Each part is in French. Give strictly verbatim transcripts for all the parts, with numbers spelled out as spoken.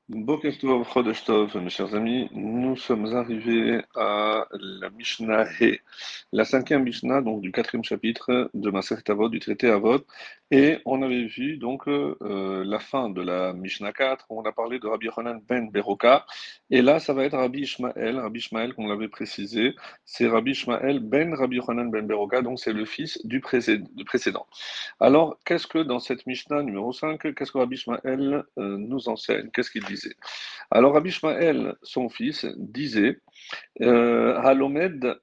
Boker Tov, Chodesh Tov, mes chers amis, nous sommes arrivés à la Mishnah He, la cinquième Mishnah, donc du quatrième chapitre de Masechet Avot, du traité Avot, et on avait vu donc euh, la fin de la Mishnah quatre, où on a parlé de Rabbi Yochanan ben Beroka, et là ça va être Rabbi Ishmael, Rabbi Ishmael, comme on l'avait précisé, c'est Rabbi Ishmael ben Rabbi Yochanan ben Beroka, donc c'est le fils du, précé- du précédent. Alors, qu'est-ce que dans cette Mishnah numéro cinq, qu'est-ce que Rabbi Ishmael euh, nous enseigne? Qu'est-ce qu'il disait? Alors, Rabbi Ishmael, son fils, disait euh, Halomed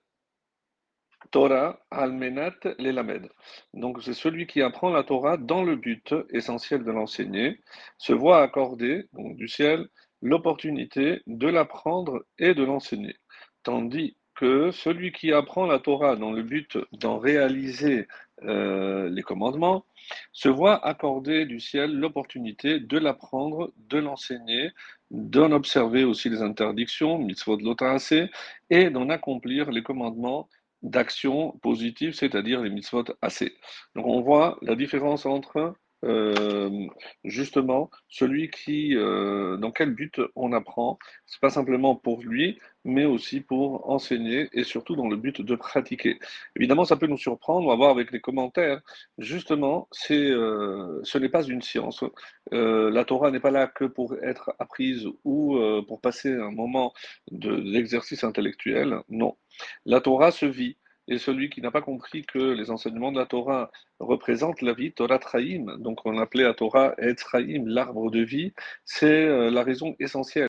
Torah almenat lelamed. Donc, c'est celui qui apprend la Torah dans le but essentiel de l'enseigner, se voit accorder, donc du ciel, l'opportunité de l'apprendre et de l'enseigner. Tandis que celui qui apprend la Torah dans le but d'en réaliser euh, les commandements, se voit accorder du ciel l'opportunité de l'apprendre, de l'enseigner, d'en observer aussi les interdictions, mitzvot lotaase, et d'en accomplir les commandements d'action positive, c'est-à-dire les mitzvot assez. Donc on voit la différence entre euh, justement celui qui, euh, dans quel but on apprend, c'est pas simplement pour lui, mais aussi pour enseigner et surtout dans le but de pratiquer. Évidemment, ça peut nous surprendre, on va voir avec les commentaires. Justement, c'est, euh, ce n'est pas une science. Euh, la Torah n'est pas là que pour être apprise ou euh, pour passer un moment de, d'exercice intellectuel. Non, la Torah se vit. Et celui qui n'a pas compris que les enseignements de la Torah représentent la vie, Torah Traïm, donc on appelait la Torah Etzraïm, l'arbre de vie, c'est euh, la raison essentielle.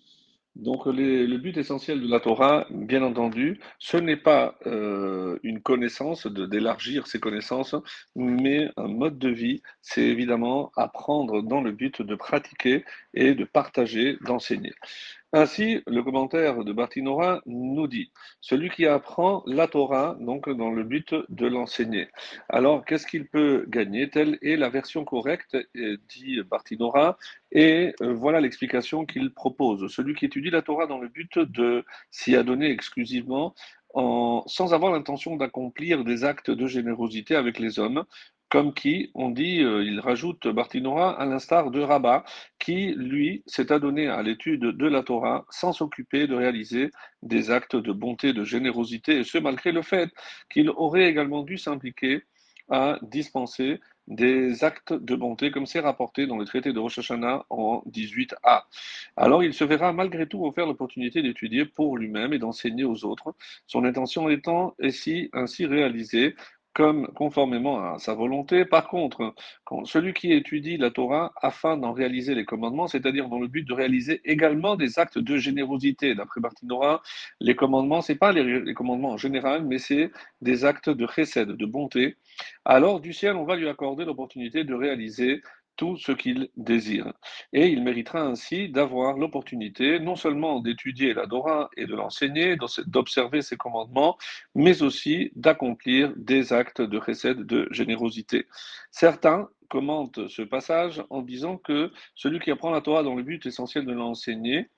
Donc les- le but essentiel de la Torah, bien entendu, ce n'est pas euh, une connaissance, de- d'élargir ses connaissances, mais un mode de vie, c'est évidemment apprendre dans le but de pratiquer et de partager, d'enseigner. Ainsi, le commentaire de Bartinora nous dit, celui qui apprend la Torah, donc dans le but de l'enseigner. Alors, qu'est-ce qu'il peut gagner? Telle est la version correcte, euh, dit Bartinora, et euh, voilà l'explication qu'il propose. Celui qui étudie la Torah dans le but de s'y adonner exclusivement, en- sans avoir l'intention d'accomplir des actes de générosité avec les hommes, comme qui, on dit, euh, il rajoute Bartinora, à l'instar de Rabat, qui, lui, s'est adonné à l'étude de la Torah sans s'occuper de réaliser des actes de bonté, de générosité, et ce, malgré le fait qu'il aurait également dû s'impliquer à dispenser des actes de bonté, comme c'est rapporté dans le traité de Rosh Hashanah en dix-huit a. Alors il se verra malgré tout offert l'opportunité d'étudier pour lui-même et d'enseigner aux autres, son intention étant ainsi, ainsi réalisée comme conformément à sa volonté. Par contre, quand celui qui étudie la Torah afin d'en réaliser les commandements, c'est-à-dire dans le but de réaliser également des actes de générosité. D'après Bartinora, les commandements, c'est pas les, les commandements en général, mais c'est des actes de chesed, de bonté. Alors du ciel, on va lui accorder l'opportunité de réaliser tout ce qu'il désire. Et il méritera ainsi d'avoir l'opportunité non seulement d'étudier la Torah et de l'enseigner, d'observer ses commandements, mais aussi d'accomplir des actes de chesed, de générosité. Certains commentent ce passage en disant que celui qui apprend la Torah dans le but essentiel de l'enseigner,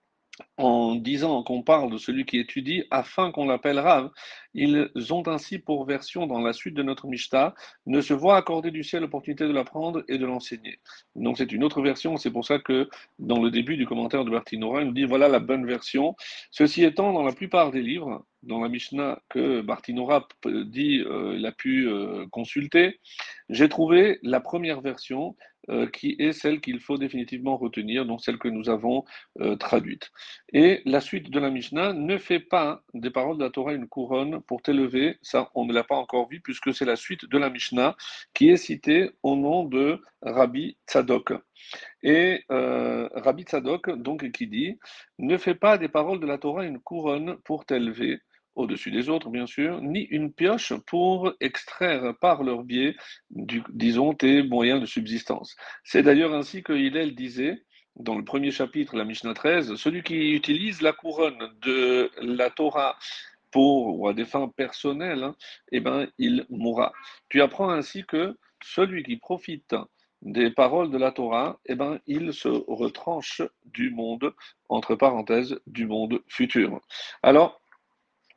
en disant qu'on parle de celui qui étudie afin qu'on l'appelle Rav, ils ont ainsi pour version dans la suite de notre Mishnah, ne se voit accorder du ciel l'opportunité de l'apprendre et de l'enseigner. Donc c'est une autre version, c'est pour ça que dans le début du commentaire de Bartinora, il nous dit voilà la bonne version. Ceci étant, dans la plupart des livres, dans la Mishnah que Bartinora dit euh, il a pu euh, consulter, j'ai trouvé la première version euh, qui est celle qu'il faut définitivement retenir, donc celle que nous avons euh, traduite. Et la suite de la Mishnah ne fait pas des paroles de la Torah une couronne pour t'élever, ça on ne l'a pas encore vu puisque c'est la suite de la Mishnah qui est citée au nom de Rabbi Tzadok. Et euh, Rabbi Tzadok, donc, qui dit, ne fais pas des paroles de la Torah une couronne pour t'élever au-dessus des autres, bien sûr, ni une pioche pour extraire par leur biais, du, disons, tes moyens de subsistance. C'est d'ailleurs ainsi que Hillel disait, dans le premier chapitre, la Mishnah treize, celui qui utilise la couronne de la Torah pour ou à des fins personnelles, hein, eh ben, il mourra. Tu apprends ainsi que celui qui profite des paroles de la Torah, eh ben, il se retranche du monde, entre parenthèses, du monde futur. Alors,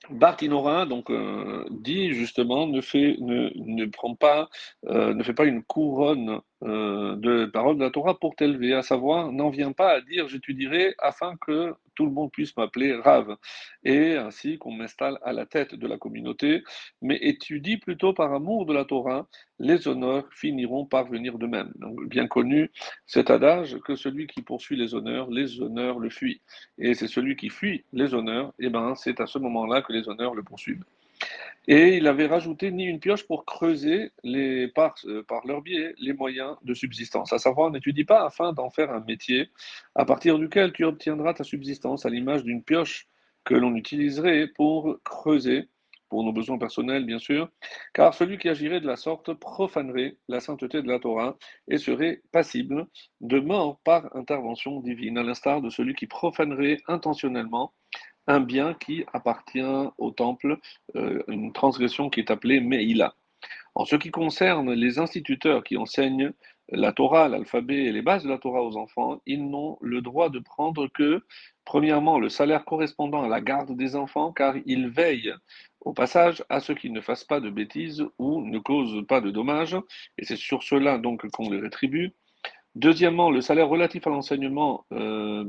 Bartinora donc heu, dit justement ne fait ne ne prend pas, heu, ne fait pas une couronne, heu, de paroles de la Torah pour t'élever, à savoir: «N'en viens pas à dire: "J'étudierai afin que tout le monde puisse m'appeler Rav et ainsi qu'on m'installe à la tête de la communauté, mais étudie plutôt par amour de la Torah, les honneurs finiront par venir d'eux-mêmes». Donc bien connu cet adage que celui qui poursuit les honneurs, les honneurs le fuient. Et c'est celui qui fuit les honneurs, et ben c'est à ce moment-là que les honneurs le poursuivent. Et il avait rajouté ni une pioche pour creuser les, par, euh, par leur biais les moyens de subsistance. À savoir, n'étudie pas afin d'en faire un métier à partir duquel tu obtiendras ta subsistance à l'image d'une pioche que l'on utiliserait pour creuser, pour nos besoins personnels bien sûr, car celui qui agirait de la sorte profanerait la sainteté de la Torah et serait passible de mort par intervention divine, à l'instar de celui qui profanerait intentionnellement un bien qui appartient au temple, euh, une transgression qui est appelée Meïla. En ce qui concerne les instituteurs qui enseignent la Torah, l'alphabet et les bases de la Torah aux enfants, ils n'ont le droit de prendre que, premièrement, le salaire correspondant à la garde des enfants, car ils veillent au passage à ce qu'ils ne fassent pas de bêtises ou ne causent pas de dommages, et c'est sur cela donc qu'on les rétribue. Deuxièmement, le salaire relatif à l'enseignement euh,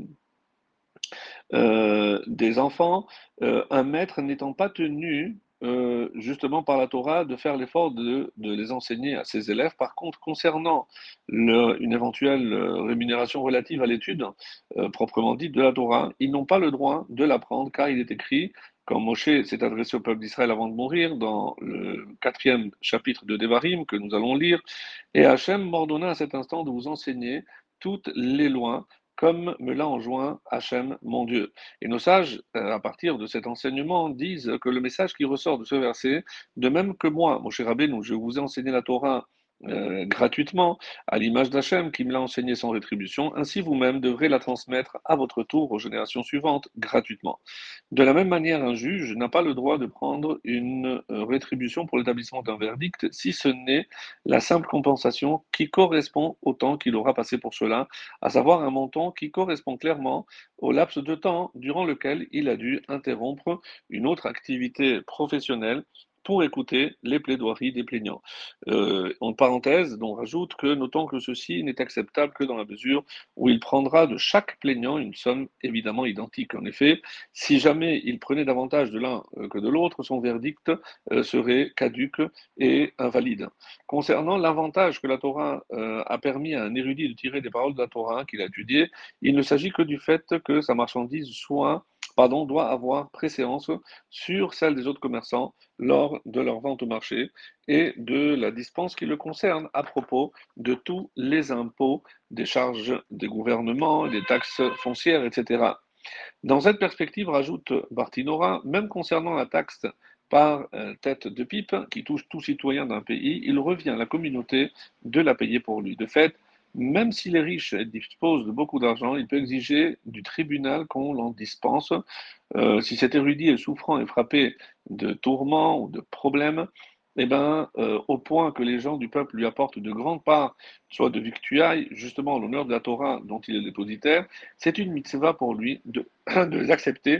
euh, des enfants, euh, un maître n'étant pas tenu, euh, justement par la Torah, de faire l'effort de, de les enseigner à ses élèves. Par contre, concernant le- une éventuelle euh, rémunération relative à l'étude, euh, proprement dite, de la Torah, ils n'ont pas le droit de l'apprendre, car il est écrit, quand Moshe s'est adressé au peuple d'Israël avant de mourir, dans le quatrième chapitre de Devarim, que nous allons lire, et Hachem m'ordonna à cet instant de vous enseigner toutes les lois, comme me l'a enjoint Hachem, mon Dieu. Et nos sages, euh, à partir de cet enseignement, disent que le message qui ressort de ce verset, de même que moi, mon cher Rabbeinu, je vous ai enseigné la Torah euh, gratuitement, à l'image d'Hachem qui me l'a enseigné sans rétribution, ainsi vous-même devrez la transmettre à votre tour aux générations suivantes gratuitement. De la même manière, un juge n'a pas le droit de prendre une euh, rétribution pour l'établissement d'un verdict si ce n'est la simple compensation qui correspond au temps qu'il aura passé pour cela, à savoir un montant qui correspond clairement au laps de temps durant lequel il a dû interrompre une autre activité professionnelle pour écouter les plaidoiries des plaignants. Euh, en parenthèse, on rajoute que notons que ceci n'est acceptable que dans la mesure où il prendra de chaque plaignant une somme évidemment identique. En effet, si jamais il prenait davantage de l'un euh, que de l'autre, son verdict euh, serait caduque et invalide. Concernant l'avantage que la Torah euh, a permis à un érudit de tirer des paroles de la Torah qu'il a étudiées, il ne s'agit que du fait que sa marchandise soit, pardon, doit avoir préséance sur celle des autres commerçants lors de leur vente au marché et de la dispense qui le concerne à propos de tous les impôts, des charges des gouvernements, des taxes foncières, et cetera. Dans cette perspective, rajoute Bartinora, même concernant la taxe par euh, tête de pipe qui touche tout citoyen d'un pays, il revient à la communauté de la payer pour lui. De fait, même si les riches disposent de beaucoup d'argent, il peut exiger du tribunal qu'on l'en dispense. Euh, si cet érudit est souffrant et frappé de tourments ou de problèmes, eh ben, euh, au point que les gens du peuple lui apportent de grandes parts, soit de victuailles, justement en l'honneur de la Torah dont il est dépositaire, c'est une mitzvah pour lui de, de les accepter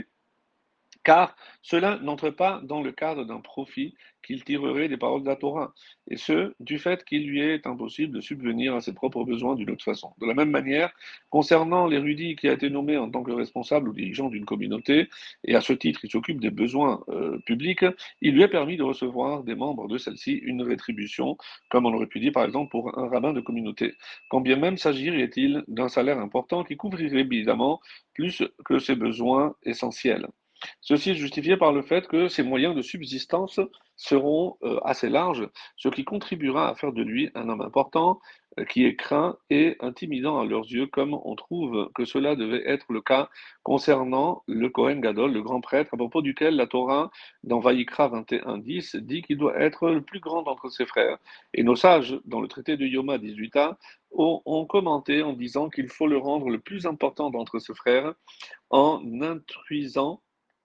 car cela n'entre pas dans le cadre d'un profit qu'il tirerait des paroles de la Torah, et ce, du fait qu'il lui est impossible de subvenir à ses propres besoins d'une autre façon. De la même manière, concernant l'érudit qui a été nommé en tant que responsable ou dirigeant d'une communauté, et à ce titre il s'occupe des besoins euh, publics, il lui est permis de recevoir des membres de celle-ci une rétribution, comme on aurait pu dire par exemple pour un rabbin de communauté. Quand bien même s'agirait-il d'un salaire important qui couvrirait évidemment plus que ses besoins essentiels. Ceci est justifié par le fait que ses moyens de subsistance seront euh, assez larges, ce qui contribuera à faire de lui un homme important, euh, qui est craint et intimidant à leurs yeux, comme on trouve que cela devait être le cas concernant le Kohen Gadol, le grand prêtre, à propos duquel la Torah, dans Vaïkra vingt et un dix, dit qu'il doit être le plus grand d'entre ses frères. Et nos sages, dans le traité de Yoma dix-huit a, ont, ont commenté en disant qu'il faut le rendre le plus important d'entre ses frères en instruisant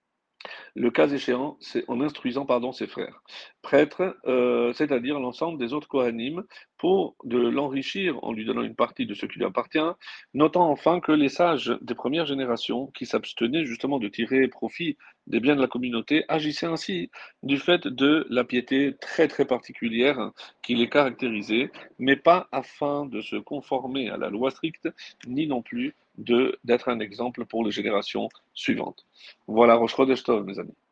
le cas échéant, c'est en instruisant pardon, ses frères prêtres, euh, c'est-à-dire l'ensemble des autres Kohanim, pour de l'enrichir en lui donnant une partie de ce qui lui appartient, notant enfin que les sages des premières générations, qui s'abstenaient justement de tirer profit des biens de la communauté, agissaient ainsi du fait de la piété très très particulière qui les caractérisait, mais pas afin de se conformer à la loi stricte, ni non plus de d'être un exemple pour les générations suivantes. Voilà, Roche Tov, mes amis.